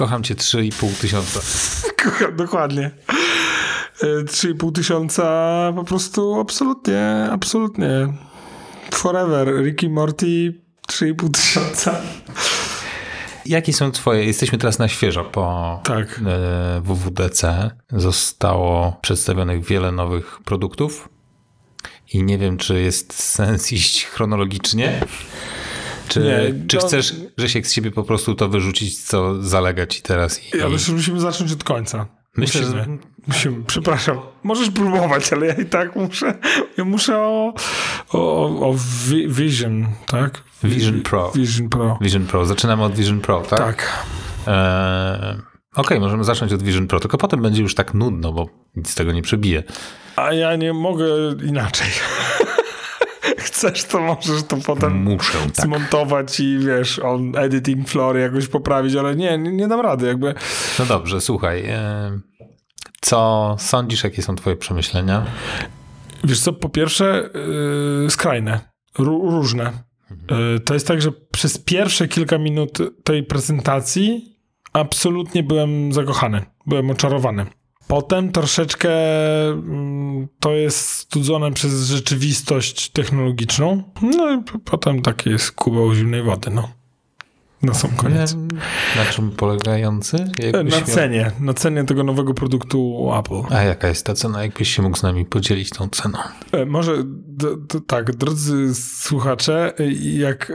Kocham cię 3,5 tysiąca. Kocham, dokładnie. 3,5 tysiąca po prostu absolutnie. Forever. Ricky Morty 3,5 tysiąca. Jakie są twoje? Jesteśmy teraz na świeżo po WWDC. Zostało przedstawionych wiele nowych produktów i nie wiem, czy jest sens iść chronologicznie, czy chcesz, Grzesiek, z siebie po prostu to wyrzucić, co zalega ci teraz. Ja myślę, że musimy zacząć od końca. Musimy. Przepraszam. Możesz próbować, ale ja i tak muszę. Ja muszę o Vision, tak? Vision Pro. Vision Pro. Zaczynamy od Vision Pro, tak? Tak. Okej, możemy zacząć od Vision Pro, tylko potem będzie już tak nudno, bo nic z tego nie przebije. A ja nie mogę inaczej. Chcesz, to możesz to potem zmontować i wiesz, on editing floor jakoś poprawić, ale nie dam rady jakby. No dobrze, słuchaj. Co sądzisz, jakie są twoje przemyślenia? Wiesz co, po pierwsze skrajne, różne. To jest tak, że przez pierwsze kilka minut tej prezentacji absolutnie byłem zakochany, byłem oczarowany. Potem troszeczkę to jest studzone przez rzeczywistość technologiczną. No i potem taki jest kubeł zimnej wody, no. Na sam koniec. Na czym polegający? Na cenie tego nowego produktu Apple. A jaka jest ta cena? Jakbyś się mógł z nami podzielić tą ceną? Może tak, drodzy słuchacze, jak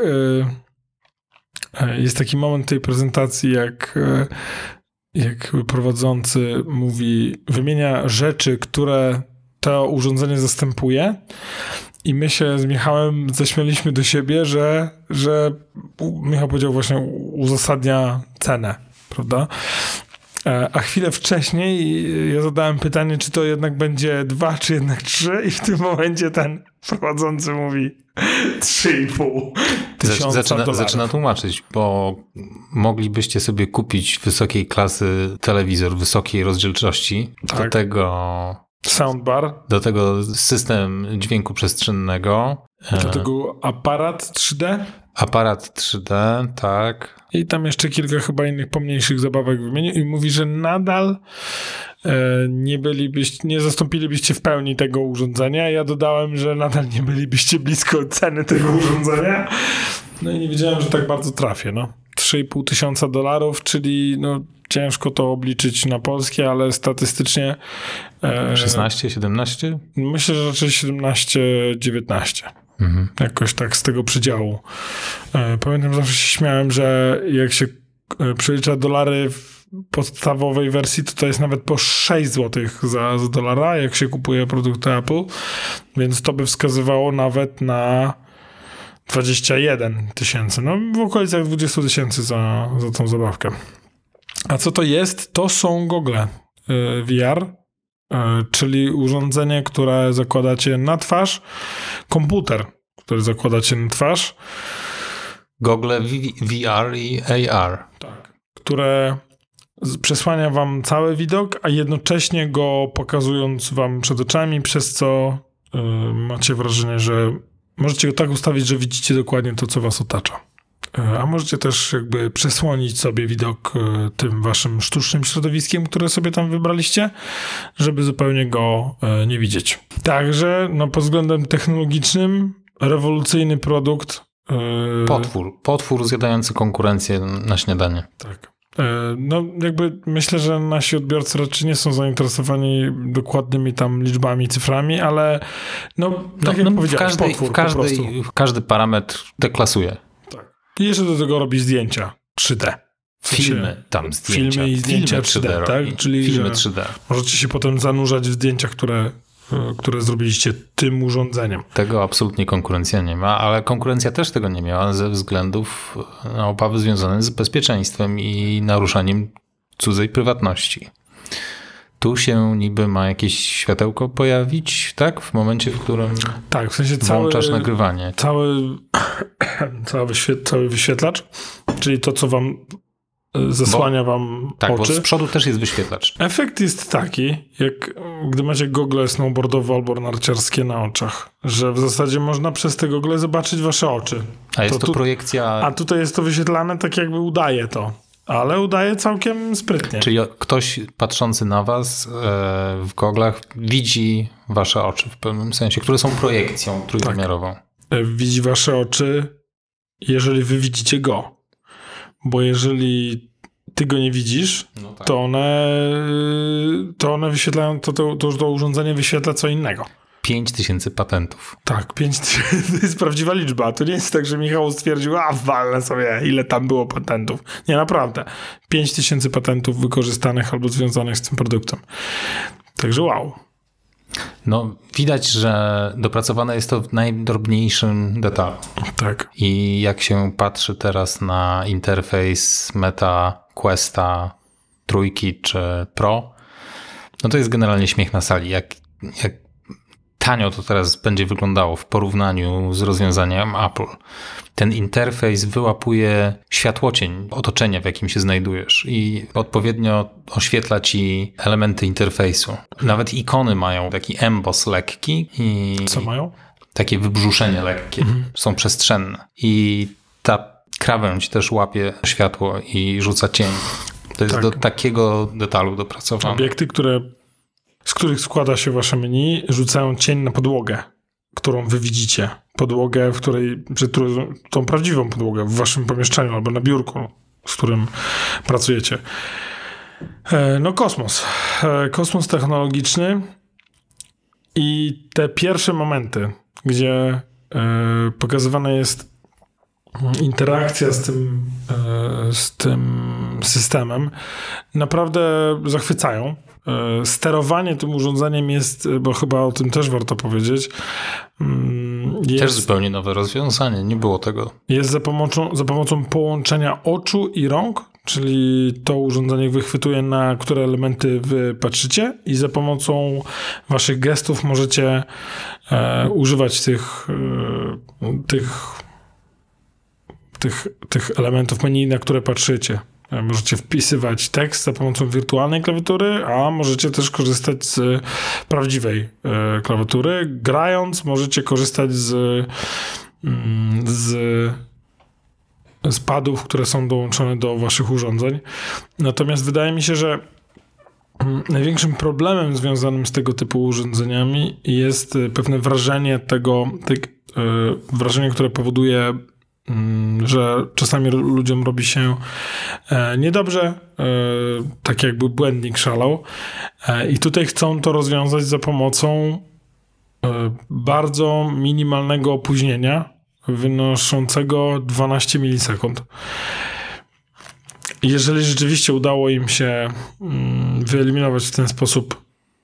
jest taki moment tej prezentacji, jak prowadzący wymienia rzeczy, które to urządzenie zastępuje, i my się z Michałem zaśmialiśmy do siebie, że Michał powiedział właśnie uzasadnia cenę, prawda? A chwilę wcześniej ja zadałem pytanie, czy to jednak będzie 2, czy jednak 3, i w tym momencie ten prowadzący mówi 3,5 tysiąca dolarów. Zaczyna tłumaczyć, bo moglibyście sobie kupić wysokiej klasy telewizor wysokiej rozdzielczości, tak. Do tego soundbar, do tego system dźwięku przestrzennego, do tego aparat 3D. Aparat 3D, tak. I tam jeszcze kilka chyba innych pomniejszych zabawek wymienił i mówi, że nadal nie zastąpilibyście w pełni tego urządzenia. Ja dodałem, że nadal nie bylibyście blisko ceny tego urządzenia. No i nie wiedziałem, że tak bardzo trafię, no. 3,5 tysiąca dolarów, czyli no ciężko to obliczyć na polskie, ale statystycznie 16, 17? Myślę, że raczej 17, 19. Jakoś tak z tego przedziału. Pamiętam, zawsze się śmiałem, że jak się przelicza dolary w podstawowej wersji, to jest nawet po 6 zł za dolara, jak się kupuje produkty Apple, więc to by wskazywało nawet na 21 tysięcy. No w okolicach 20 tysięcy za tą zabawkę. A co to jest? To są gogle VR, czyli urządzenie, które zakładacie na twarz, komputer, który zakładacie na twarz. Gogle VR i AR. Tak. Które przesłania wam cały widok, a jednocześnie go pokazując wam przed oczami, przez co macie wrażenie, że możecie go tak ustawić, że widzicie dokładnie to, co was otacza. A możecie też jakby przesłonić sobie widok tym waszym sztucznym środowiskiem, które sobie tam wybraliście, żeby zupełnie go nie widzieć. Także no, pod względem technologicznym rewolucyjny produkt. Potwór zjadający konkurencję na śniadanie. Tak. No jakby myślę, że nasi odbiorcy raczej nie są zainteresowani dokładnymi tam liczbami, cyframi, ale jak powiedziałem, potwór po prostu. Każdy parametr deklasuje. Tak. I jeszcze do tego robi zdjęcia 3D. Filmy tam zdjęcia. Filmy i zdjęcia 3D, tak? Czyli filmy 3D. Możecie się potem zanurzać w zdjęciach, które zrobiliście tym urządzeniem. Tego absolutnie konkurencja nie ma, ale konkurencja też tego nie miała ze względów na obawy związane z bezpieczeństwem i naruszaniem cudzej prywatności. Tu się niby ma jakieś światełko pojawić, tak? W momencie, w którym tak, w sensie włączasz nagrywanie. Cały wyświetlacz, czyli to, co wam zasłania wam tak, oczy. Bo z przodu też jest wyświetlacz. Efekt jest taki, jak gdy macie gogle snowboardowe albo narciarskie na oczach, że w zasadzie można przez te gogle zobaczyć wasze oczy. A jest to projekcja... A tutaj jest to wyświetlane tak, jakby udaje to. ale udaje całkiem sprytnie. Czyli ktoś patrzący na was w goglach widzi wasze oczy w pewnym sensie, które są projekcją trójwymiarową. Tak. Widzi wasze oczy, jeżeli wy widzicie go. Bo jeżeli ty go nie widzisz, no tak, to one wyświetlają, to urządzenie wyświetla co innego. 5000 patentów. Tak, 5000 to jest prawdziwa liczba. To nie jest tak, że Michał stwierdził, walę sobie, ile tam było patentów. Nie, naprawdę. 5000 patentów wykorzystanych albo związanych z tym produktem. Także wow. No, widać, że dopracowane jest to w najdrobniejszym detalu. Tak. I jak się patrzy teraz na interfejs Meta Questa trójki czy Pro, no to jest generalnie śmiech na sali. Jak tanio to teraz będzie wyglądało w porównaniu z rozwiązaniem Apple. Ten interfejs wyłapuje światłocień otoczenia, w jakim się znajdujesz i odpowiednio oświetla ci elementy interfejsu. Nawet ikony mają taki emboss lekki. I co mają? Takie wybrzuszenie lekkie. Są przestrzenne. I ta krawędź też łapie światło i rzuca cień. To jest do takiego detalu dopracowane. Obiekty, z których składa się wasze menu, rzucają cień na podłogę, którą wy widzicie. Podłogę, tą prawdziwą podłogę w waszym pomieszczeniu albo na biurku, z którym pracujecie. No kosmos. Kosmos technologiczny i te pierwsze momenty, gdzie pokazywana jest interakcja z tym systemem, naprawdę zachwycają. Sterowanie tym urządzeniem jest, bo chyba o tym też warto powiedzieć, też zupełnie nowe rozwiązanie, nie było tego. Jest za pomocą połączenia oczu i rąk, czyli to urządzenie wychwytuje, na które elementy wy patrzycie i za pomocą waszych gestów możecie używać tych elementów menu, na które patrzycie. Możecie wpisywać tekst za pomocą wirtualnej klawiatury, a możecie też korzystać z prawdziwej klawiatury. Grając możecie korzystać z padów, które są dołączone do waszych urządzeń. Natomiast wydaje mi się, że największym problemem związanym z tego typu urządzeniami jest pewne wrażenie wrażenie, które powoduje, że czasami ludziom robi się niedobrze, tak jakby błędnik szalał. I tutaj chcą to rozwiązać za pomocą bardzo minimalnego opóźnienia wynoszącego 12 milisekund. Jeżeli rzeczywiście udało im się wyeliminować w ten sposób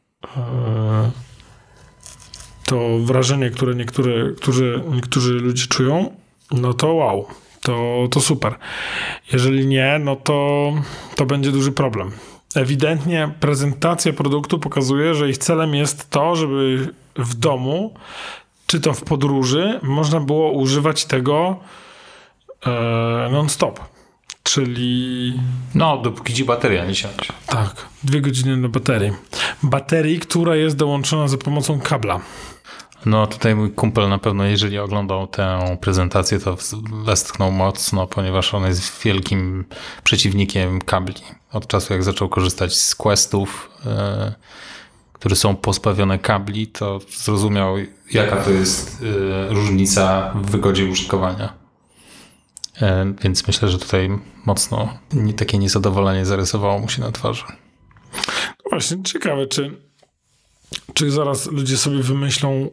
to wrażenie, które niektórzy ludzie czują, no to wow, to super. Jeżeli nie, no to będzie duży problem. Ewidentnie prezentacja produktu pokazuje, że ich celem jest to, żeby w domu, czy to w podróży, można było używać tego non-stop. Czyli... No, dopóki ci bateria nie siądzie. Tak, 2 godziny na baterii. Baterii, która jest dołączona za pomocą kabla. No tutaj mój kumpel na pewno, jeżeli oglądał tę prezentację, to westchnął mocno, ponieważ on jest wielkim przeciwnikiem kabli. Od czasu jak zaczął korzystać z Questów, które są pozbawione kabli, to zrozumiał, jaka to jest różnica w wygodzie użytkowania. Więc myślę, że tutaj mocno takie niezadowolenie zarysowało mu się na twarzy. No właśnie, ciekawe, czy zaraz ludzie sobie wymyślą,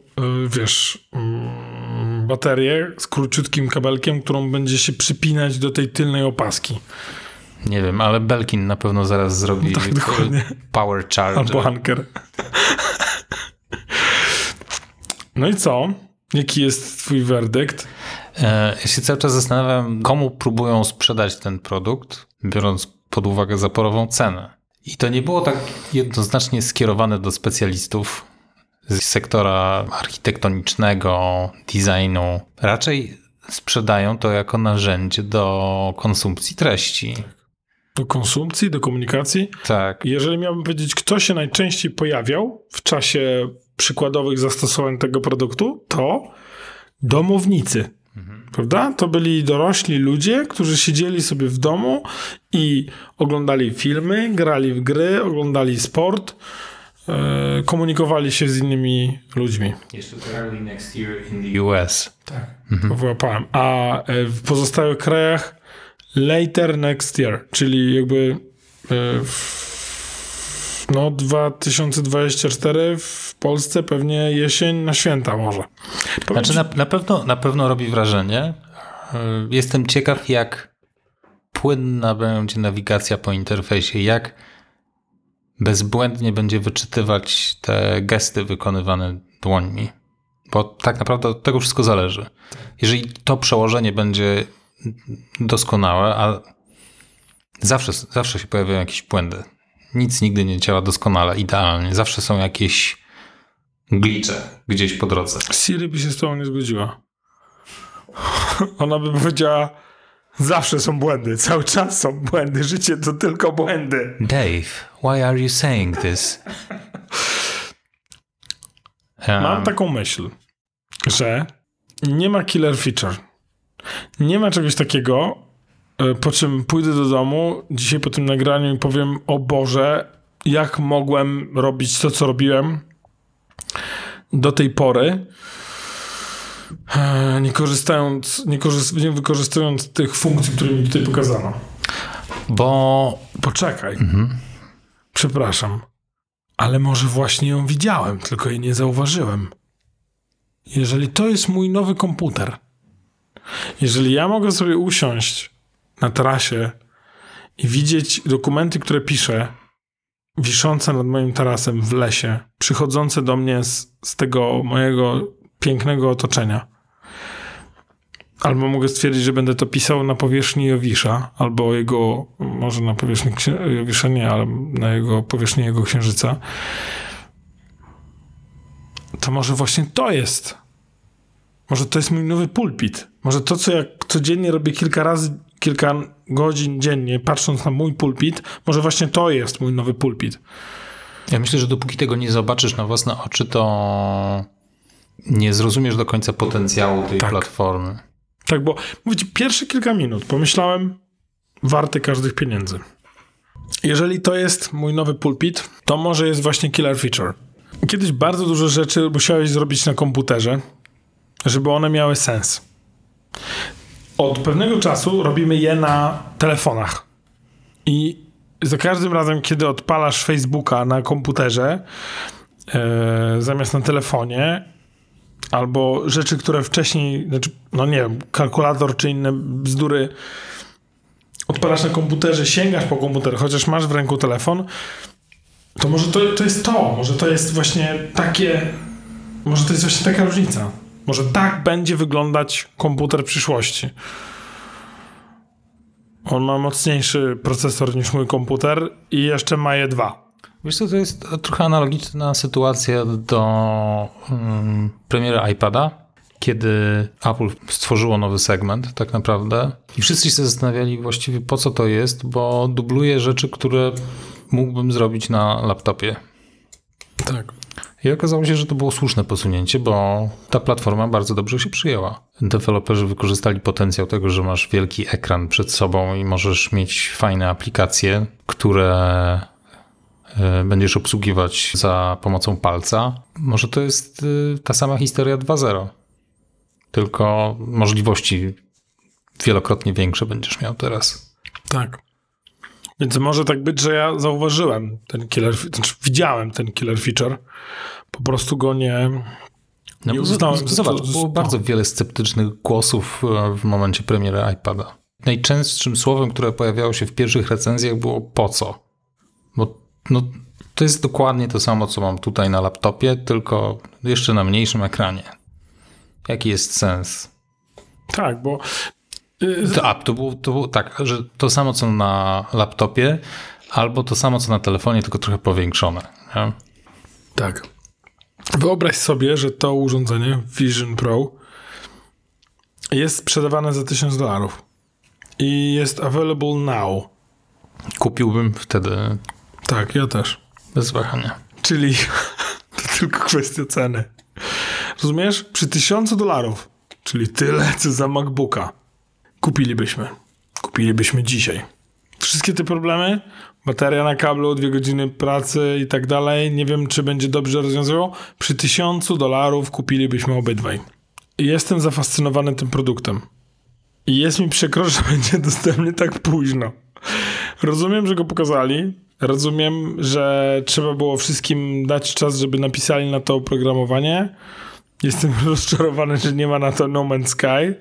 baterię z króciutkim kabelkiem, którą będzie się przypinać do tej tylnej opaski. Nie wiem, ale Belkin na pewno zaraz zrobi power charger. Albo Anker. No i co? Jaki jest twój werdykt? Ja się cały czas zastanawiam, komu próbują sprzedać ten produkt, biorąc pod uwagę zaporową cenę. I to nie było tak jednoznacznie skierowane do specjalistów z sektora architektonicznego, designu. Raczej sprzedają to jako narzędzie do konsumpcji treści. Do konsumpcji, do komunikacji? Tak. Jeżeli miałbym powiedzieć, kto się najczęściej pojawiał w czasie przykładowych zastosowań tego produktu, to domownicy. Prawda? To byli dorośli ludzie, którzy siedzieli sobie w domu i oglądali filmy, grali w gry, oglądali sport, komunikowali się z innymi ludźmi. Jeszcze to early next year in the US. Tak, to wyłapałem. A w pozostałych krajach later next year, czyli jakby 2024 w Polsce pewnie jesień na święta może. Znaczy na pewno robi wrażenie. Jestem ciekaw, jak płynna będzie nawigacja po interfejsie, jak bezbłędnie będzie wyczytywać te gesty wykonywane dłońmi. Bo tak naprawdę od tego wszystko zależy. Jeżeli to przełożenie będzie doskonałe, a zawsze się pojawiają jakieś błędy. Nic nigdy nie działa doskonale, idealnie. Zawsze są jakieś glitche gdzieś po drodze. Siri by się z tobą nie zgodziła. Ona by powiedziała, zawsze są błędy, cały czas są błędy, życie to tylko błędy. Dave, why are you saying this? Mam taką myśl, że nie ma killer feature. Nie ma czegoś takiego, po czym pójdę do domu dzisiaj po tym nagraniu i powiem, o Boże, jak mogłem robić to, co robiłem do tej pory, nie wykorzystując tych funkcji, które mi tutaj pokazano. Bo... Poczekaj. Przepraszam. Ale może właśnie ją widziałem, tylko jej nie zauważyłem. Jeżeli to jest mój nowy komputer, jeżeli ja mogę sobie usiąść na tarasie i widzieć dokumenty, które piszę, wiszące nad moim tarasem w lesie, przychodzące do mnie z tego mojego pięknego otoczenia. Albo mogę stwierdzić, że będę to pisał na powierzchni Jowisza, albo jego, może na powierzchni Jowisza nie, ale na jego powierzchni jego księżyca. To może właśnie to jest. Może to jest mój nowy pulpit. Może to, co ja codziennie robię kilka godzin dziennie, patrząc na mój pulpit, może właśnie to jest mój nowy pulpit. Ja myślę, że dopóki tego nie zobaczysz na własne oczy, to nie zrozumiesz do końca potencjału tej platformy. Tak, bo mówię ci, pierwsze kilka minut pomyślałem, warte każdych pieniędzy. Jeżeli to jest mój nowy pulpit, to może jest właśnie killer feature. Kiedyś bardzo dużo rzeczy musiałeś zrobić na komputerze, żeby one miały sens. Od pewnego czasu robimy je na telefonach. I za każdym razem, kiedy odpalasz Facebooka na komputerze, zamiast na telefonie, albo rzeczy, które wcześniej, no nie wiem, kalkulator czy inne bzdury, odpalasz na komputerze, sięgasz po komputer, chociaż masz w ręku telefon, to może to jest to. Może to jest właśnie taka różnica. Może tak będzie wyglądać komputer przyszłości. On ma mocniejszy procesor niż mój komputer i jeszcze ma je 2. Wiesz co, to jest trochę analogiczna sytuacja do premiery iPada, kiedy Apple stworzyło nowy segment tak naprawdę i wszyscy się zastanawiali właściwie po co to jest, bo dubluje rzeczy, które mógłbym zrobić na laptopie. Tak. I okazało się, że to było słuszne posunięcie, bo ta platforma bardzo dobrze się przyjęła. Deweloperzy wykorzystali potencjał tego, że masz wielki ekran przed sobą i możesz mieć fajne aplikacje, które będziesz obsługiwać za pomocą palca. Może to jest ta sama historia 2.0, tylko możliwości wielokrotnie większe będziesz miał teraz. Tak. Więc może tak być, że ja zauważyłem ten killer, znaczy widziałem ten killer feature, po prostu go nie uznałem. Zobacz, było bardzo wiele sceptycznych głosów w momencie premiery iPada. Najczęstszym słowem, które pojawiało się w pierwszych recenzjach było po co? Bo to jest dokładnie to samo, co mam tutaj na laptopie, tylko jeszcze na mniejszym ekranie. Jaki jest sens? Tak, bo To było tak, że to samo co na laptopie, albo to samo co na telefonie, tylko trochę powiększone. Nie? Tak. Wyobraź sobie, że to urządzenie Vision Pro jest sprzedawane za $1000 i jest available now. Kupiłbym wtedy. Tak, ja też. Bez wahania. Czyli to tylko kwestia ceny. Rozumiesz? Przy $1000 czyli tyle, co za MacBooka, kupilibyśmy dzisiaj. Wszystkie te problemy, bateria na kablu, 2 godziny pracy i tak dalej, nie wiem, czy będzie dobrze rozwiązywał. Przy $1000 kupilibyśmy obydwaj. I jestem zafascynowany tym produktem. I jest mi przykro, że będzie dostępny tak późno. Rozumiem, że go pokazali. Rozumiem, że trzeba było wszystkim dać czas, żeby napisali na to oprogramowanie. Jestem rozczarowany, że nie ma na to No Man's Sky.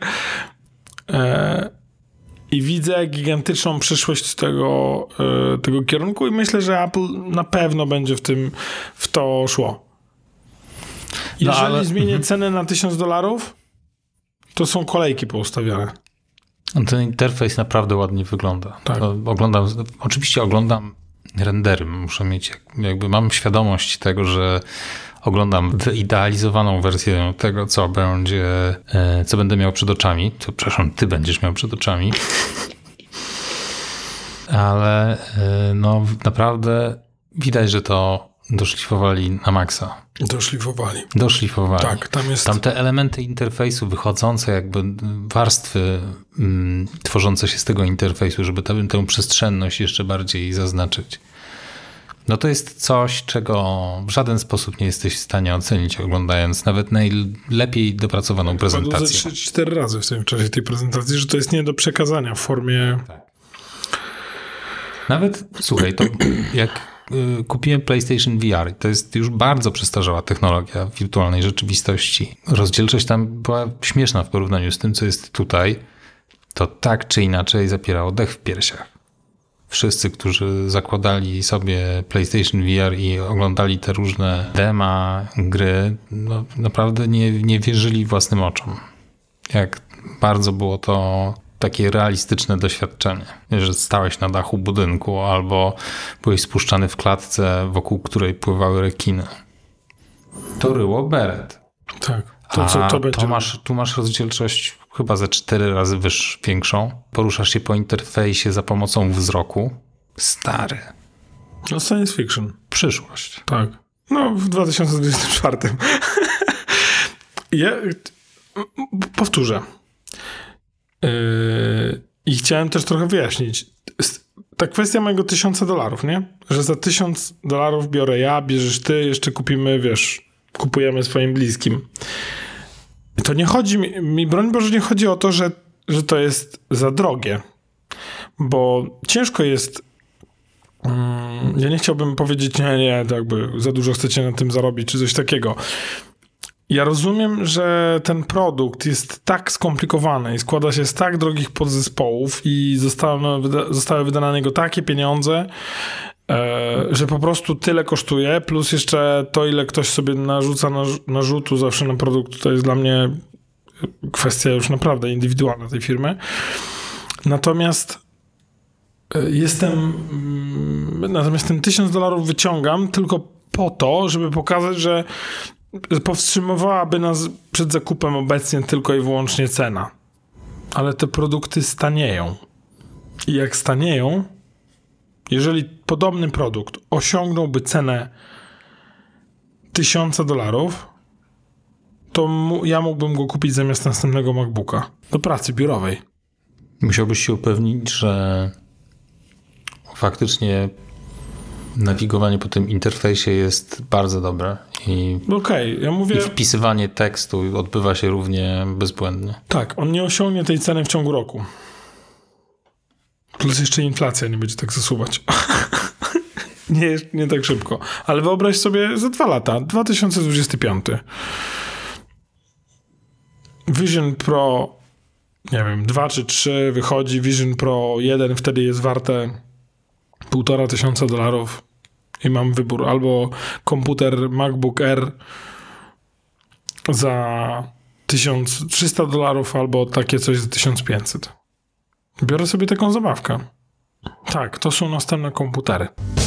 I widzę gigantyczną przyszłość tego kierunku i myślę, że Apple na pewno będzie w to szło. Jeżeli zmienię cenę na $1000, to są kolejki poustawiane. Ten interfejs naprawdę ładnie wygląda. Tak. Oczywiście oglądam rendery. Muszę mieć, mam świadomość tego, że oglądam wyidealizowaną wersję tego, co będę miał przed oczami. Przepraszam, ty będziesz miał przed oczami. Ale naprawdę widać, że to doszlifowali na maksa. Doszlifowali. Tak, tam te elementy interfejsu wychodzące, warstwy tworzące się z tego interfejsu, żeby tę przestrzenność jeszcze bardziej zaznaczyć. No to jest coś, czego w żaden sposób nie jesteś w stanie ocenić, oglądając nawet najlepiej dopracowaną prezentację. Padło 3-4 razy w czasie tej prezentacji, że to jest nie do przekazania w formie... Tak. Nawet, słuchaj, to jak kupiłem PlayStation VR, to jest już bardzo przestarzała technologia wirtualnej rzeczywistości. Rozdzielczość tam była śmieszna w porównaniu z tym, co jest tutaj. To tak czy inaczej zapierało dech w piersiach. Wszyscy, którzy zakładali sobie PlayStation VR i oglądali te różne dema, gry, naprawdę nie wierzyli własnym oczom. Jak bardzo było to takie realistyczne doświadczenie, że stałeś na dachu budynku albo byłeś spuszczany w klatce, wokół której pływały rekiny. To ryło beret. Tak. Tu masz rozdzielczość chyba ze 4 razy większą. Poruszasz się po interfejsie za pomocą wzroku. Stary. No science fiction. Przyszłość. Tak. No w 2024. Ja powtórzę. I chciałem też trochę wyjaśnić. Ta kwestia mojego $1000, nie? Że za $1000 biorę ja, bierzesz ty, jeszcze kupujemy swoim bliskim. To nie chodzi mi, broń Boże, nie chodzi o to, że to jest za drogie. Bo ciężko jest... ja nie chciałbym powiedzieć, nie, to za dużo chcecie na tym zarobić, czy coś takiego. Ja rozumiem, że ten produkt jest tak skomplikowany i składa się z tak drogich podzespołów i zostały wydane na niego takie pieniądze, że po prostu tyle kosztuje, plus jeszcze to, ile ktoś sobie narzuca narzutu zawsze na produkt, to jest dla mnie kwestia już naprawdę indywidualna tej firmy. Natomiast ten $1000 wyciągam tylko po to, żeby pokazać, że powstrzymywałaby nas przed zakupem obecnie tylko i wyłącznie cena. Ale te produkty stanieją. I jak stanieją, jeżeli podobny produkt osiągnąłby cenę $1000, to ja mógłbym go kupić zamiast następnego MacBooka do pracy biurowej. Musiałbyś się upewnić, że faktycznie nawigowanie po tym interfejsie jest bardzo dobre i wpisywanie tekstu odbywa się równie bezbłędnie. Tak, on nie osiągnie tej ceny w ciągu roku. Plus jeszcze inflacja nie będzie tak zasuwać. nie tak szybko. Ale wyobraź sobie za 2 lata, 2025. Vision Pro, nie wiem, 2 czy 3 wychodzi, Vision Pro 1 wtedy jest warte $1500 i mam wybór albo komputer MacBook Air za $1300 albo takie coś za 1500. Biorę sobie taką zabawkę. Tak, to są następne komputery.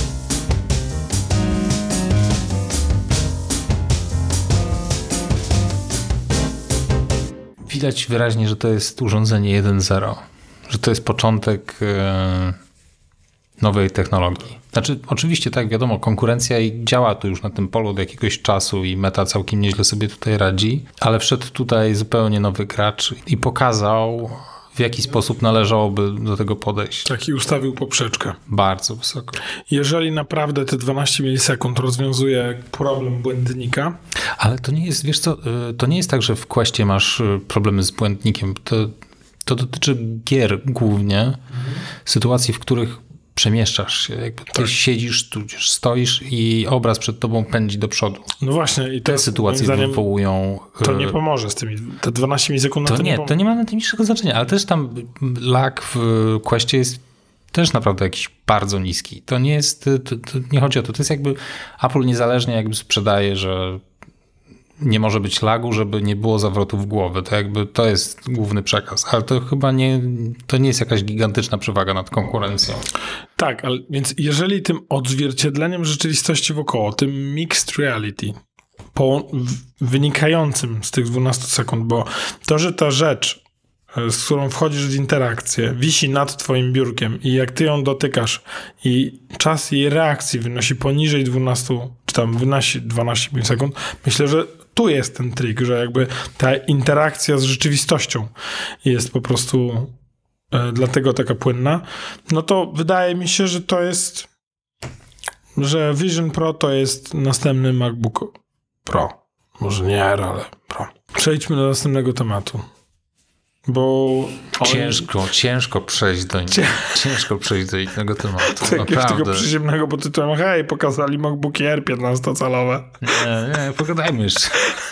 Widać wyraźnie, że to jest urządzenie 1.0. Że to jest początek nowej technologii. Znaczy, oczywiście tak, wiadomo, konkurencja działa tu już na tym polu od jakiegoś czasu i Meta całkiem nieźle sobie tutaj radzi, ale wszedł tutaj zupełnie nowy gracz i pokazał, w jaki sposób należałoby do tego podejść. Tak, i ustawił poprzeczkę. Bardzo wysoko. Jeżeli naprawdę te 12 milisekund rozwiązuje problem błędnika... Ale to nie jest, wiesz co, to nie jest tak, że w Questie masz problemy z błędnikiem. To dotyczy gier głównie, sytuacji, w których przemieszczasz się. Jakby ty siedzisz, tudzież stoisz i obraz przed tobą pędzi do przodu. No właśnie. I te sytuacje wywołują... To nie pomoże z tymi... Te 12 milisekund na to nie pomoże. To nie ma najmniejszego znaczenia, ale też tam lag w Questie jest też naprawdę jakiś bardzo niski. To nie jest... To nie chodzi o to. To jest jakby... Apple niezależnie jakby sprzedaje, że nie może być lagu, żeby nie było zawrotów głowy. To jest główny przekaz, ale to chyba nie jest jakaś gigantyczna przewaga nad konkurencją. Tak, ale więc jeżeli tym odzwierciedleniem rzeczywistości wokoło, tym mixed reality, wynikającym z tych 12 sekund, bo to, że ta rzecz, z którą wchodzisz w interakcję, wisi nad twoim biurkiem i jak ty ją dotykasz i czas jej reakcji wynosi poniżej 12, czy tam wynosi 12 milisekund, myślę, że tu jest ten trik, że jakby ta interakcja z rzeczywistością jest po prostu dlatego taka płynna. No to wydaje mi się, że to jest, że Vision Pro to jest następny MacBook Pro. Może nie Air, ale Pro. Przejdźmy do następnego tematu. Bo ciężko przejść do innego tematu. Takiego przyziemnego pod tytułem hej, pokazali MacBooki Air 15-calowe. Nie, pogadajmy jeszcze.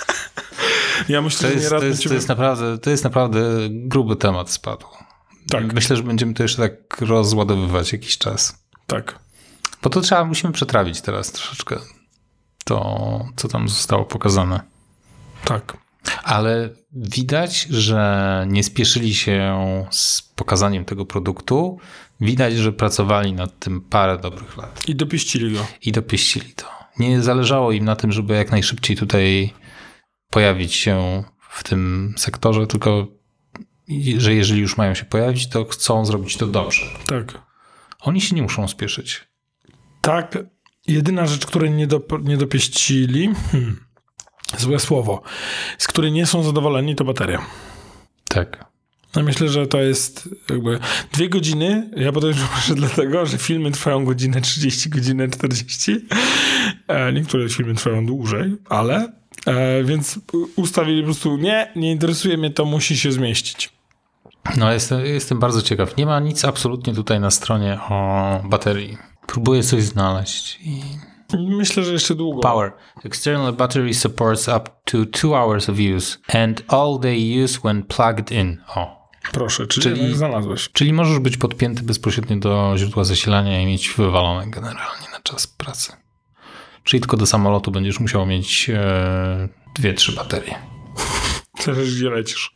Ja myślę, to jest naprawdę gruby temat spadł. Tak. Myślę, że będziemy to jeszcze tak rozładowywać jakiś czas. Tak. Bo to musimy przetrawić teraz troszeczkę to, co tam zostało pokazane. Tak. Ale widać, że nie spieszyli się z pokazaniem tego produktu. Widać, że pracowali nad tym parę dobrych lat. I dopieścili to. Nie zależało im na tym, żeby jak najszybciej tutaj pojawić się w tym sektorze, tylko że jeżeli już mają się pojawić, to chcą zrobić to dobrze. Tak. Oni się nie muszą spieszyć. Tak. Jedyna rzecz, której nie dopieścili... Złe słowo. Z której nie są zadowoleni, to bateria. Tak. Ja myślę, że to jest jakby 2 godziny. Ja podejrzewam, że proszę dlatego, że filmy trwają godzinę 30, godzinę 40. Niektóre filmy trwają dłużej, ale więc ustawili po prostu nie interesuje mnie, to musi się zmieścić. No jestem bardzo ciekaw. Nie ma nic absolutnie tutaj na stronie o baterii. Próbuję coś znaleźć i... Myślę, że jeszcze długo. Power. External battery supports up to 2 hours of use and all they use when plugged in. Proszę, czyli znalazłeś. Czyli możesz być podpięty bezpośrednio do źródła zasilania i mieć wywalone generalnie na czas pracy. Czyli tylko do samolotu będziesz musiał mieć 2-3 baterie. Zależy, gdzie lecisz.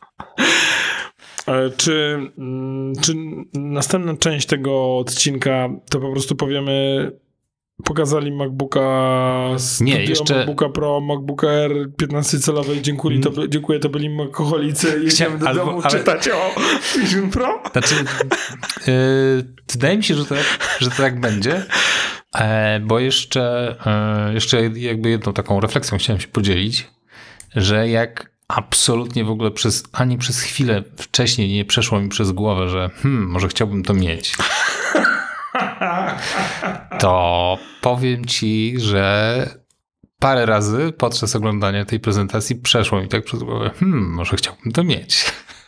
Czy następna część tego odcinka to po prostu powiemy... Pokazali MacBooka MacBooka Pro, MacBooka Air 15-calowej. Dziękuję, to byli alkoholicy. Jedziemy do domu czytać o Vision Pro. Znaczy, wydaje mi się, że to tak będzie, bo jeszcze jakby jedną taką refleksją chciałem się podzielić, że jak absolutnie w ogóle ani przez chwilę wcześniej nie przeszło mi przez głowę, że może chciałbym to mieć. To powiem ci, że parę razy podczas oglądania tej prezentacji przeszło mi tak przez głowę, może chciałbym to mieć.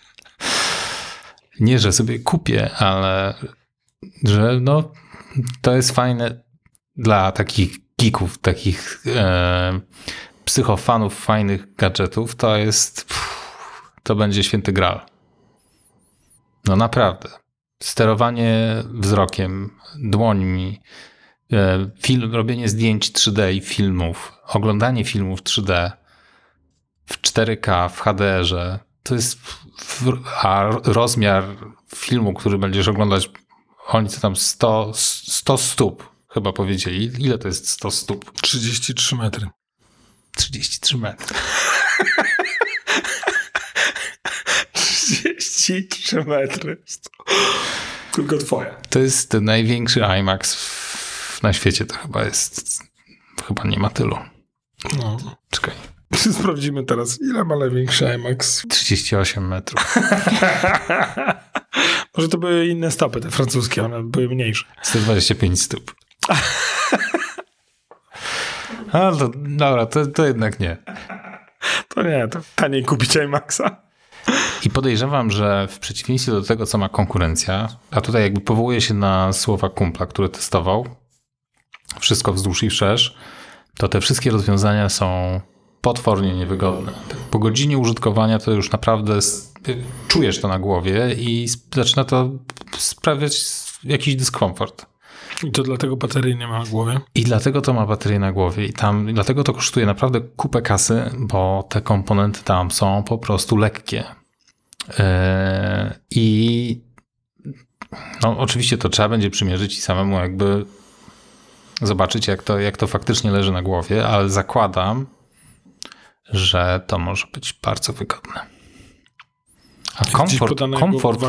Nie, że sobie kupię, ale że to jest fajne dla takich geeków, takich psychofanów fajnych gadżetów. To będzie święty graal. No naprawdę. Sterowanie wzrokiem, dłońmi, robienie zdjęć 3D i filmów, oglądanie filmów 3D w 4K, w HDR-ze, to jest a rozmiar filmu, który będziesz oglądać, oni co tam 100 stóp chyba powiedzieli. Ile to jest 100 stóp? 33 metry. 33 metry. 33 metry. Tylko twoje. To jest największy IMAX na świecie. To chyba jest... Chyba nie ma tylu. No. Czekaj. Sprawdzimy teraz, ile ma największy IMAX. 38 metrów. Może to były inne stopy, te francuskie, one były mniejsze. 125 stóp. A, to, dobra, to jednak nie. To nie, to taniej kupić IMAXa. I podejrzewam, że w przeciwieństwie do tego, co ma konkurencja, a tutaj jakby powołuję się na słowa kumpla, który testował wszystko wzdłuż i wszerz, to te wszystkie rozwiązania są potwornie niewygodne. Po godzinie użytkowania to już naprawdę czujesz to na głowie i zaczyna to sprawiać jakiś dyskomfort. I to dlatego baterii nie ma na głowie? I dlatego to ma baterię na głowie i dlatego to kosztuje naprawdę kupę kasy, bo te komponenty tam są po prostu lekkie. I no oczywiście to trzeba będzie przymierzyć i samemu jakby zobaczyć, jak to faktycznie leży na głowie, ale zakładam, że to może być bardzo wygodne. A komfort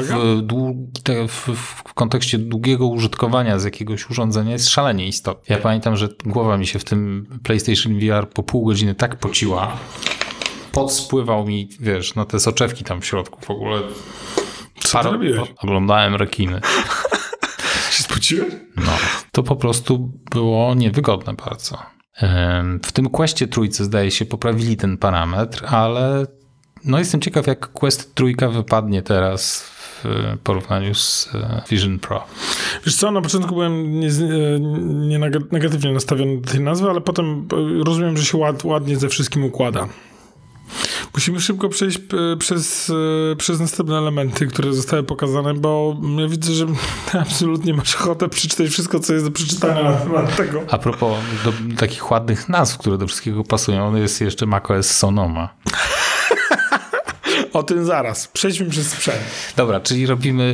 w kontekście długiego użytkowania z jakiegoś urządzenia jest szalenie istotny. Ja pamiętam, że głowa mi się w tym PlayStation VR po pół godziny tak pociła, pot spływał mi, wiesz, na te soczewki tam w środku w ogóle. Co ty robiłeś? Oglądałem rekiny. Się spociłeś? No, to po prostu było niewygodne bardzo. W tym Questie trójce zdaje się poprawili ten parametr, ale no jestem ciekaw, jak Quest trójka wypadnie teraz w porównaniu z Vision Pro. Wiesz co, na początku byłem negatywnie nastawiony do tej nazwy, ale potem rozumiem, że się ładnie ze wszystkim układa. Musimy szybko przejść przez następne elementy, które zostały pokazane, bo ja widzę, że absolutnie masz ochotę przeczytać wszystko, co jest do przeczytania na temat tego. A propos do takich ładnych nazw, które do wszystkiego pasują, jest jeszcze macOS Sonoma. O tym zaraz. Przejdźmy przez sprzęt. Dobra, czyli robimy...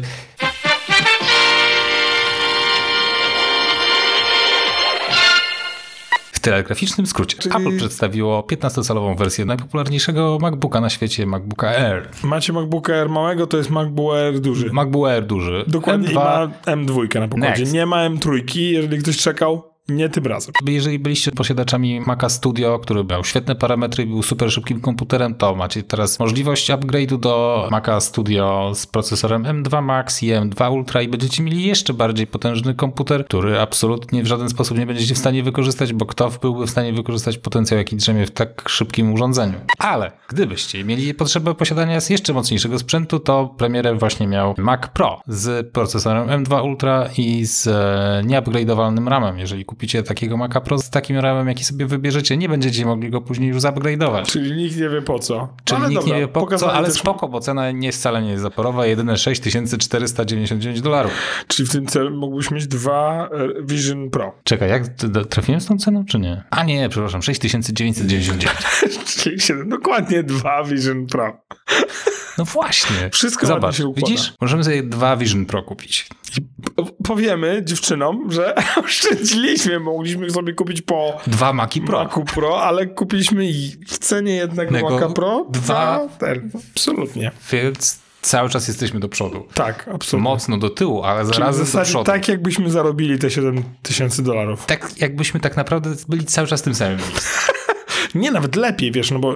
W telegraficznym skrócie. Apple przedstawiło 15-calową wersję najpopularniejszego MacBooka na świecie, MacBooka Air. Macie MacBooka Air małego, to jest MacBook Air duży. MacBook Air duży. Dokładnie, M2. I ma M2 na pokładzie. Next. Nie ma M3, jeżeli ktoś czekał. Nie tym razem. Jeżeli byliście posiadaczami Maca Studio, który miał świetne parametry i był super szybkim komputerem, to macie teraz możliwość upgrade'u do Maca Studio z procesorem M2 Max i M2 Ultra i będziecie mieli jeszcze bardziej potężny komputer, który absolutnie w żaden sposób nie będziecie w stanie wykorzystać, bo kto byłby w stanie wykorzystać potencjał, jaki drzemie w tak szybkim urządzeniu. Ale gdybyście mieli potrzebę posiadania jeszcze mocniejszego sprzętu, to premierę właśnie miał Mac Pro z procesorem M2 Ultra i z nieupgrade'owalnym RAM-em. Jeżeli kupicie takiego Maca Pro z takim RAM-em, jaki sobie wybierzecie, nie będziecie mogli go później już zupgrade'ować. Czyli nikt nie wie po co. Czyli ale nikt dobra, nie wie po co, ale też... spoko, bo cena wcale nie jest zaporowa, jedyne $6499. Czyli w tym celu mógłbyś mieć 2 Vision Pro. Czekaj, jak trafiłem z tą ceną, czy nie? A nie, przepraszam, 6999. Czyli dokładnie 2 Vision Pro. No właśnie. Wszystko zobacz, się układa. Widzisz? Możemy sobie 2 Vision Pro kupić. I powiemy dziewczynom, że oszczędziliśmy, mogliśmy sobie kupić po 2 Maci Pro. Macu Pro, ale kupiliśmy w cenie jednego Maca Pro 2. Absolutnie. Więc cały czas jesteśmy do przodu. Tak, absolutnie. Mocno do tyłu, ale zarazem do przodu. Tak jakbyśmy zarobili te $7,000. Tak jakbyśmy tak naprawdę byli cały czas w tym samym miejscu. Nie, nawet lepiej, wiesz, no bo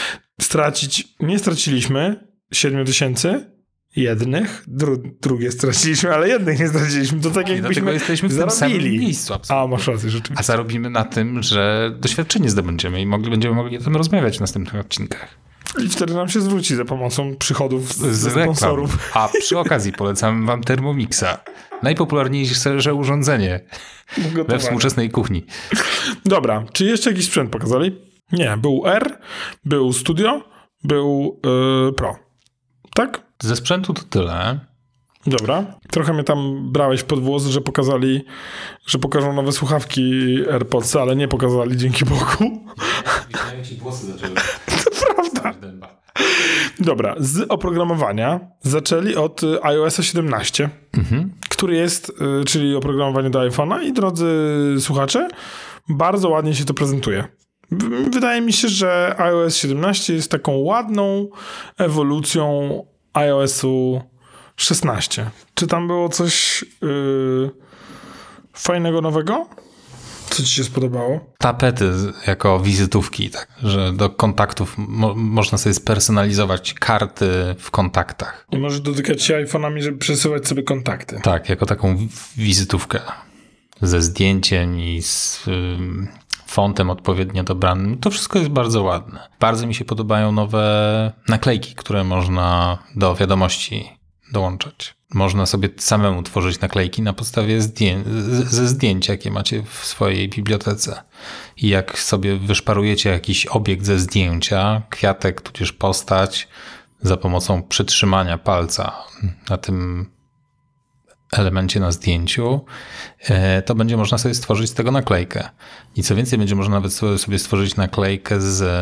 nie straciliśmy 7,000 jednych, drugie straciliśmy, ale jednych nie straciliśmy. To tak jakbyśmy jesteśmy w zarobili. tym samym miejscu. Absolutnie. A, masz rację, rzeczywiście. A zarobimy na tym, że doświadczenie zdobędziemy i będziemy mogli o tym rozmawiać w następnych odcinkach. I wtedy nam się zwróci za pomocą przychodów ze sponsorów. A przy okazji polecam wam Thermomixa. Najpopularniejsze urządzenie we współczesnej kuchni. Dobra, czy jeszcze jakiś sprzęt pokazali? Nie, był R, był Studio, był Pro. Tak? Ze sprzętu to tyle. Dobra. Trochę mnie tam brałeś pod włos, że pokażą nowe słuchawki AirPods, ale nie pokazali, dzięki Bogu. Widziałem ci włosy zaczęły. To prawda. Dobra, z oprogramowania zaczęli od iOS 17, który jest, czyli oprogramowanie do iPhone'a i drodzy słuchacze, bardzo ładnie się to prezentuje. Wydaje mi się, że iOS 17 jest taką ładną ewolucją iOS-u 16. Czy tam było coś fajnego, nowego? Co ci się spodobało? Tapety jako wizytówki, tak, że do kontaktów można sobie spersonalizować karty w kontaktach. I możesz dotykać się iPhone'ami, żeby przesyłać sobie kontakty. Tak, jako taką wizytówkę ze zdjęciem i z fontem odpowiednio dobranym. To wszystko jest bardzo ładne. Bardzo mi się podobają nowe naklejki, które można do wiadomości dołączać. Można sobie samemu tworzyć naklejki na podstawie ze zdjęć, jakie macie w swojej bibliotece. I jak sobie wyszparujecie jakiś obiekt ze zdjęcia, kwiatek, tudzież postać, za pomocą przytrzymania palca na tym elemencie na zdjęciu, to będzie można sobie stworzyć z tego naklejkę. I co więcej, będzie można nawet sobie stworzyć naklejkę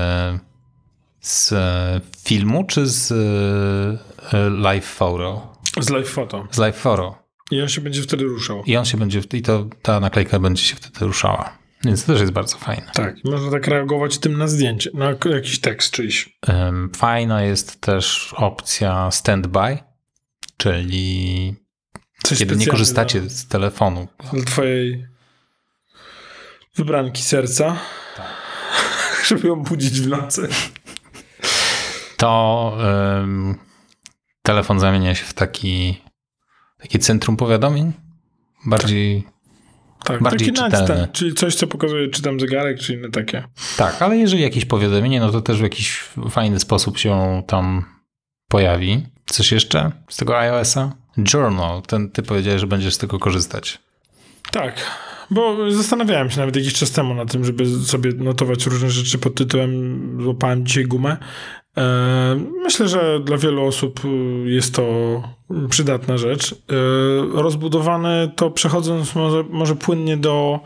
z filmu, czy z live photo? Z live photo. Z live photo. I on się będzie wtedy ruszał. Ta naklejka będzie się wtedy ruszała. Więc to też jest bardzo fajne. Tak, można tak reagować tym na zdjęcie, na jakiś tekst czyjś. Fajna jest też opcja standby, czyli coś kiedy nie korzystacie z telefonu. Dla twojej wybranki serca, tak. Żeby ją budzić w nocy. To telefon zamienia się w takie centrum powiadomień, bardziej bardziej czytelne. Czyli coś, co pokazuje, czy tam zegarek, czy inne takie. Tak, ale jeżeli jakieś powiadomienie, no to też w jakiś fajny sposób się tam pojawi. Coś jeszcze z tego iOS-a? Journal. Ty powiedziałeś, że będziesz z tego korzystać. Tak, bo zastanawiałem się nawet jakiś czas temu na tym, żeby sobie notować różne rzeczy pod tytułem złapałem dzisiaj gumę. Myślę, że dla wielu osób jest to przydatna rzecz. Rozbudowane to przechodząc może płynnie do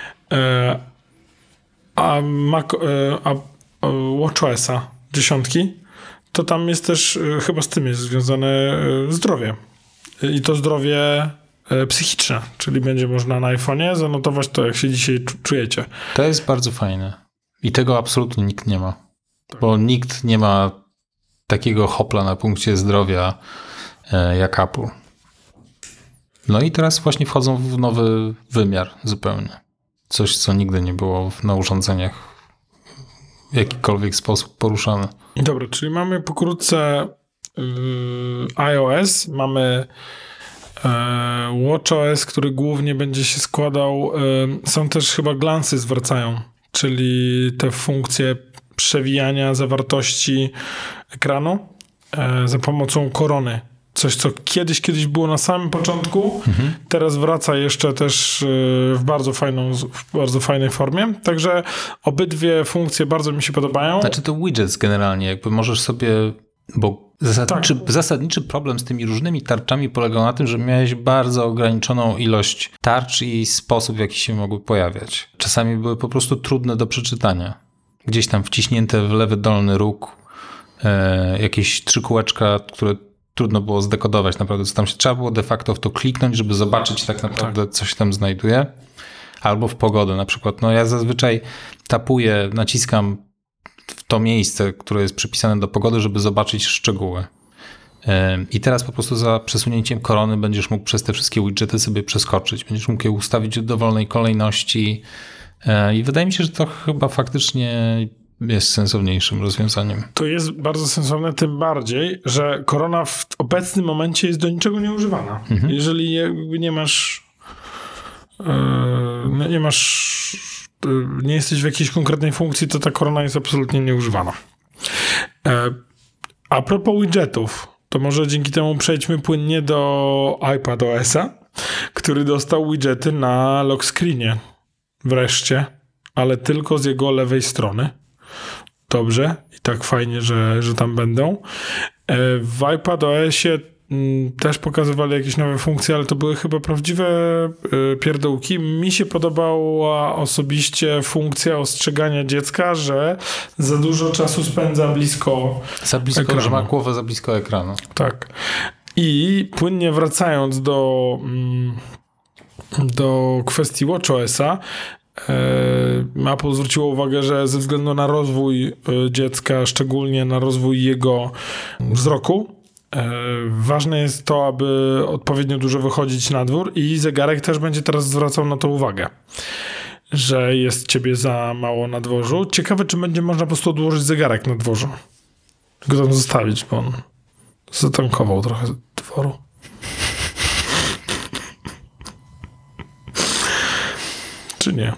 WatchOS-a 10, to tam jest też, chyba z tym jest związane zdrowie. I to zdrowie psychiczne, czyli będzie można na iPhone'ie zanotować to, jak się dzisiaj czujecie. To jest bardzo fajne. I tego absolutnie nikt nie ma. Bo nikt nie ma takiego hopla na punkcie zdrowia jak Apple. No i teraz właśnie wchodzą w nowy wymiar zupełnie. Coś, co nigdy nie było na urządzeniach w jakikolwiek sposób poruszane. Dobra, czyli mamy pokrótce iOS, mamy WatchOS, który głównie będzie się składał, są też chyba glansy zwracają, czyli te funkcje przewijania zawartości ekranu za pomocą korony. Coś, co kiedyś było na samym początku, teraz wraca jeszcze też w bardzo fajnej formie. Także obydwie funkcje bardzo mi się podobają. Znaczy to widgets generalnie, jakby możesz sobie, bo zasadniczy problem z tymi różnymi tarczami polegał na tym, że miałeś bardzo ograniczoną ilość tarcz i sposób, w jaki się mogły pojawiać. Czasami były po prostu trudne do przeczytania. Gdzieś tam wciśnięte w lewy dolny róg jakieś 3 kółeczka, które trudno było zdekodować naprawdę, co tam się trzeba było de facto w to kliknąć, żeby zobaczyć tak naprawdę, co się tam znajduje. Albo w pogodę na przykład. No ja zazwyczaj tapuję, naciskam w to miejsce, które jest przypisane do pogody, żeby zobaczyć szczegóły. I teraz po prostu za przesunięciem korony będziesz mógł przez te wszystkie widgety sobie przeskoczyć. Będziesz mógł je ustawić w dowolnej kolejności. I wydaje mi się, że to chyba faktycznie jest sensowniejszym rozwiązaniem. To jest bardzo sensowne, tym bardziej, że korona w obecnym momencie jest do niczego nieużywana. Jeżeli nie jesteś w jakiejś konkretnej funkcji, to ta korona jest absolutnie nieużywana. A propos widgetów, to może dzięki temu przejdźmy płynnie do iPadOS-a, który dostał widgety na lock screenie. Wreszcie, ale tylko z jego lewej strony. Dobrze i tak fajnie, że tam będą. W iPadOS-ie też pokazywali jakieś nowe funkcje, ale to były chyba prawdziwe pierdołki. Mi się podobała osobiście funkcja ostrzegania dziecka, że za dużo czasu spędza blisko ekranu. Że ma głowę za blisko ekranu. Tak. I płynnie wracając do kwestii WatchOS-a, Apple zwróciło uwagę, że ze względu na rozwój dziecka, szczególnie na rozwój jego wzroku, ważne jest to, aby odpowiednio dużo wychodzić na dwór i zegarek też będzie teraz zwracał na to uwagę, że jest ciebie za mało na dworzu. Ciekawe, czy będzie można po prostu odłożyć zegarek na dworzu. Go tam zostawić, bo on zatankował trochę dworu. Czy nie?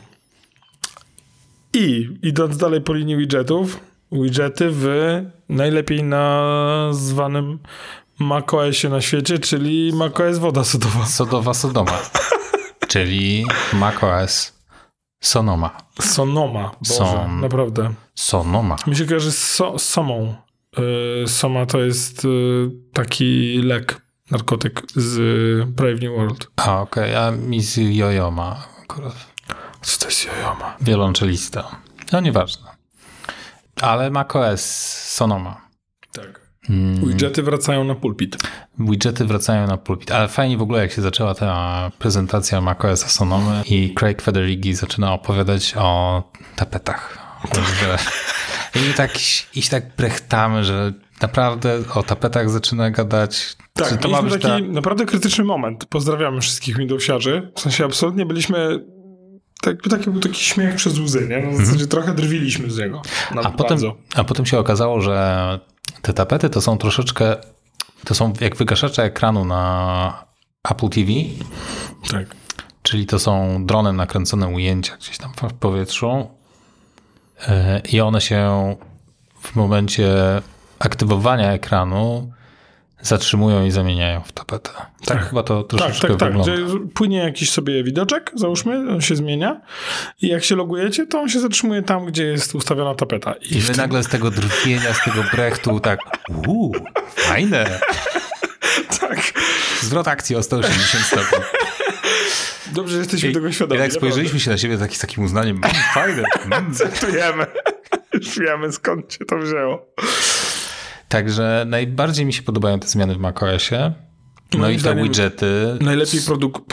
I idąc dalej po linii widgetów, widgety w najlepiej nazwanym macOSie na świecie, czyli macOS woda sodowa. Sodoma. Czyli macOS Sonoma. Sonoma. Boże, naprawdę. Sonoma. Mi się kojarzy z Somą. Soma to jest taki lek, narkotyk z Brave New World. Okej. A mi z Jojoma akurat. Co to jest Jojoma? Wiolonczelista. No nieważne. Ale macOS Sonoma. Tak. Widgety wracają na pulpit. Ale fajnie w ogóle, jak się zaczęła ta prezentacja macOS Sonomy i Craig Federighi zaczyna opowiadać o tapetach. Że i tak brechtamy, że naprawdę o tapetach zaczyna gadać. Tak, to mieliśmy taki naprawdę krytyczny moment. Pozdrawiamy wszystkich Windowsiarzy. W sensie absolutnie byliśmy... Był taki śmiech przez łzy, nie? No, w zasadzie trochę drwiliśmy z niego. A potem się okazało, że te tapety to są troszeczkę, to są jak wygaszacze ekranu na Apple TV. Tak. Czyli to są dronem nakręcone ujęcia gdzieś tam w powietrzu i one się w momencie aktywowania ekranu zatrzymują i zamieniają w tapetę. Tak chyba to troszeczkę wygląda. Że płynie jakiś sobie widoczek, załóżmy, on się zmienia i jak się logujecie, to on się zatrzymuje tam, gdzie jest ustawiona tapeta. I wy nagle z tego drwienia, z tego brechtu tak fajne. Tak. Zwrot akcji o 180 stopni. Dobrze, że jesteśmy tego świadomi. I jak spojrzeliśmy się na siebie z takim uznaniem, fajne. Zaktujemy. Już wiemy, skąd się to wzięło. Także najbardziej mi się podobają te zmiany w macOSie. No i te widgety. Najlepiej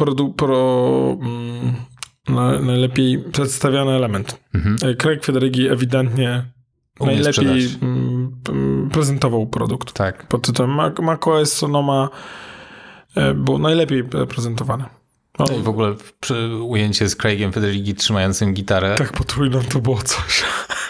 najlepiej przedstawiany element. Craig Federighi ewidentnie najlepiej prezentował produkt. Tak. Pod tytułem macOS Sonoma był najlepiej prezentowany. No i w ogóle ujęcie z Craigiem Federighi trzymającym gitarę. Tak potrójną to było coś.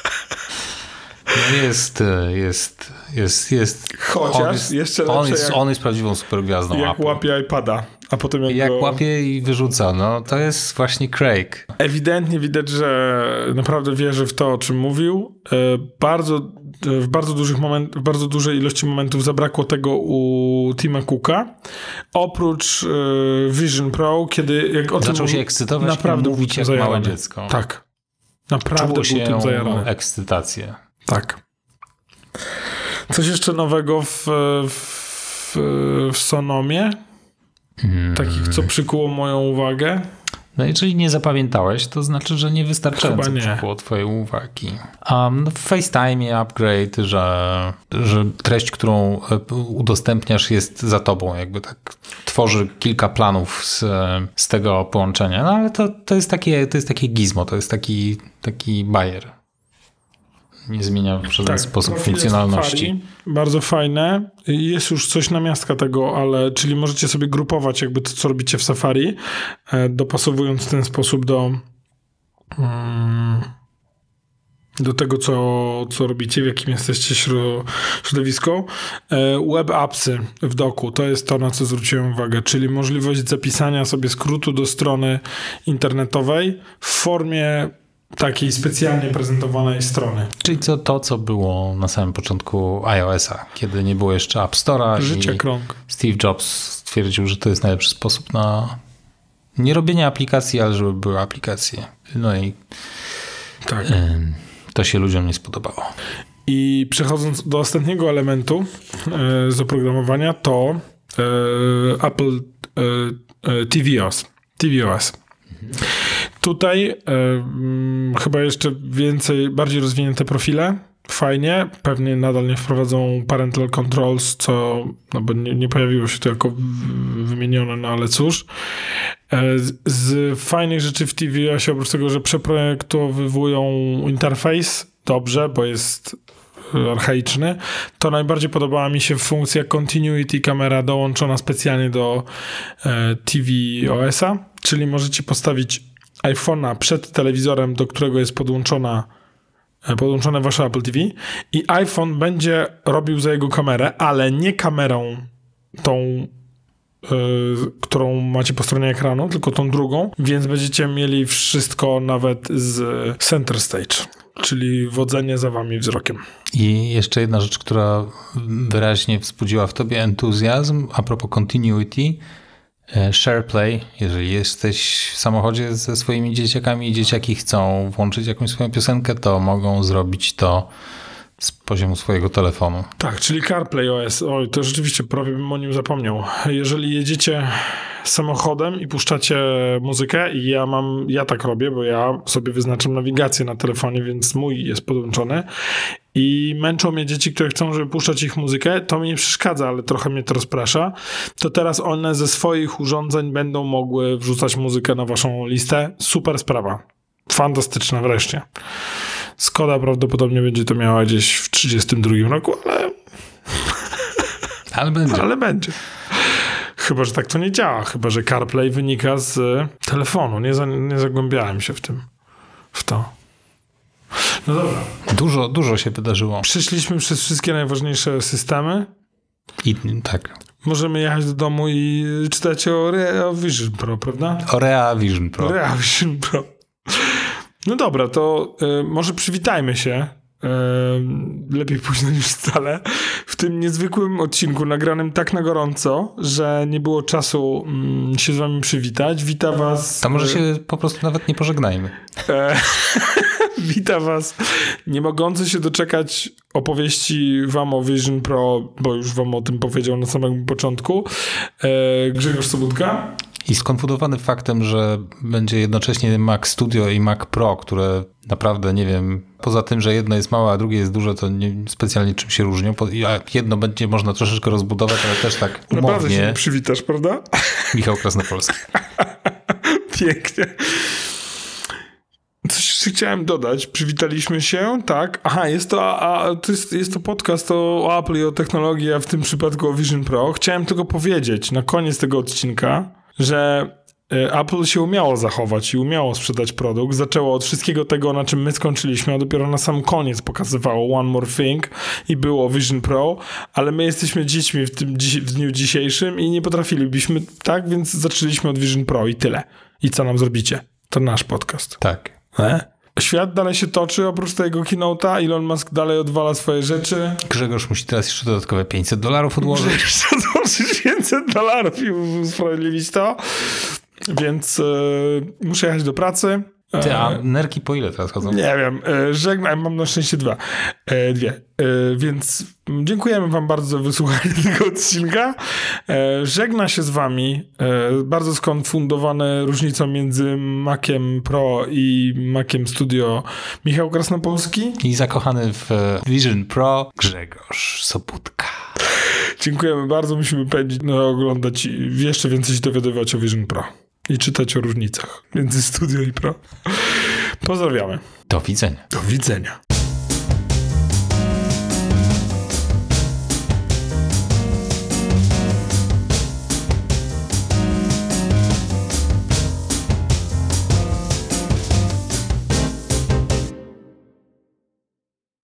Chociaż jeszcze lepsze on jest prawdziwą supergwiazdą jak Apple. Łapie iPada, a potem jak łapie i wyrzuca. No to jest właśnie Craig. Ewidentnie widać, że naprawdę wierzy w to, o czym mówił. W bardzo dużej ilości momentów zabrakło tego u Tima Cooka. Oprócz Vision Pro, kiedy jak o zaczął się ekscytować naprawdę i mówić jak małe dziecko. Tak. Naprawdę był tym zajarany. Ekscytację. Tak. Coś jeszcze nowego w Sonomie? Takich, co przykuło moją uwagę? No jeżeli nie zapamiętałeś, to znaczy, że niewystarczająco przykuło twojej uwagi. W FaceTime upgrade, że treść, którą udostępniasz jest za tobą, jakby tak tworzy kilka planów z tego połączenia. No ale to jest takie gizmo, to jest taki bajer. Nie zmienia w żaden sposób funkcjonalności. Safari, bardzo fajne. Jest już coś namiastka tego, czyli możecie sobie grupować jakby to, co robicie w Safari, dopasowując w ten sposób do tego, co robicie, w jakim jesteście środowisku. Web appsy w doku, to jest to, na co zwróciłem uwagę, czyli możliwość zapisania sobie skrótu do strony internetowej w formie takiej specjalnie prezentowanej strony. Czyli to, co było na samym początku iOS-a, kiedy nie było jeszcze App Store'a. Życie krąg. Steve Jobs stwierdził, że to jest najlepszy sposób na nie robienie aplikacji, ale żeby były aplikacje. No i to się ludziom nie spodobało. I przechodząc do ostatniego elementu z oprogramowania, to Apple tvOS. Tutaj chyba jeszcze bardziej rozwinięte profile. Fajnie. Pewnie nadal nie wprowadzą parental controls, bo nie pojawiło się to jako wymienione, no ale cóż. Z fajnych rzeczy w tvOSie, oprócz tego, że przeprojektowywują interfejs, dobrze, bo jest archaiczny, to najbardziej podobała mi się funkcja Continuity Camera dołączona specjalnie do TV OS-a, czyli możecie postawić iPhone'a przed telewizorem, do którego jest podłączone wasze Apple TV i iPhone będzie robił za jego kamerę, ale nie kamerą tą, którą macie po stronie ekranu, tylko tą drugą, więc będziecie mieli wszystko nawet z center stage, czyli wodzenie za wami wzrokiem. I jeszcze jedna rzecz, która wyraźnie wzbudziła w tobie entuzjazm a propos continuity. SharePlay, jeżeli jesteś w samochodzie ze swoimi dzieciakami i dzieciaki chcą włączyć jakąś swoją piosenkę, to mogą zrobić to z poziomu swojego telefonu. Tak, czyli CarPlay OS. Oj, to rzeczywiście prawie bym o nim zapomniał. Jeżeli jedziecie samochodem i puszczacie muzykę i ja tak robię, bo ja sobie wyznaczam nawigację na telefonie, więc mój jest podłączony i męczą mnie dzieci, które chcą, żeby puszczać ich muzykę, to mi nie przeszkadza, ale trochę mnie to rozprasza, to teraz one ze swoich urządzeń będą mogły wrzucać muzykę na waszą listę. Super sprawa. Fantastyczna wreszcie. Skoda prawdopodobnie będzie to miała gdzieś w 32 roku, ale będzie. Chyba, że tak to nie działa. Chyba, że CarPlay wynika z telefonu. Nie zagłębiałem się w to. No dobra. Dużo się wydarzyło. Przeszliśmy przez wszystkie najważniejsze systemy. I tak. Możemy jechać do domu i czytać o Vision Pro, prawda? O Rea Vision Pro. No dobra, to może przywitajmy się. Lepiej późno niż wcale. W tym niezwykłym odcinku nagranym tak na gorąco, że nie było czasu się z wami przywitać. Wita was... To może się po prostu nawet nie pożegnajmy. Wita was nie mogący się doczekać opowieści wam o Vision Pro, bo już wam o tym powiedział na samym początku, Grzegorz Sobutka. I skonfundowany faktem, że będzie jednocześnie Mac Studio i Mac Pro, które naprawdę, nie wiem, poza tym, że jedno jest małe, a drugie jest duże, to nie specjalnie czym się różnią. Jedno będzie można troszeczkę rozbudować, ale też tak umownie. Naprawdę się nie przywitasz, prawda? Michał Krasnopolski. Pięknie. Coś jeszcze chciałem dodać. Przywitaliśmy się, tak. Aha, jest to podcast o Apple i o technologii, a w tym przypadku o Vision Pro. Chciałem tylko powiedzieć na koniec tego odcinka, że Apple się umiało zachować i umiało sprzedać produkt. Zaczęło od wszystkiego tego, na czym my skończyliśmy, a dopiero na sam koniec pokazywało One More Thing i było Vision Pro, ale my jesteśmy dziećmi w dniu dzisiejszym i nie potrafilibyśmy, tak? Więc zaczęliśmy od Vision Pro i tyle. I co nam zrobicie? To nasz podcast. Tak. Świat dalej się toczy, oprócz tego keynote'a. Elon Musk dalej odwala swoje rzeczy. Grzegorz musi teraz jeszcze dodatkowe $500 odłożyć. Jeszcze odłożyć $500 i usprawiedliwić to. Więc muszę jechać do pracy. A nerki po ile teraz chodzą? Nie wiem. Żegnam, mam na szczęście dwie. Więc dziękujemy wam bardzo za wysłuchanie tego odcinka. Żegna się z wami bardzo skonfundowany różnicą między Maciem Pro i Maciem Studio Michał Krasnopolski. I zakochany w Vision Pro Grzegorz Sobutka. Dziękujemy bardzo. Musimy pędzić, oglądać i jeszcze więcej się dowiadywać o Vision Pro. I czytać o różnicach między Studio i Pro. Pozdrawiamy. Do widzenia. Do widzenia.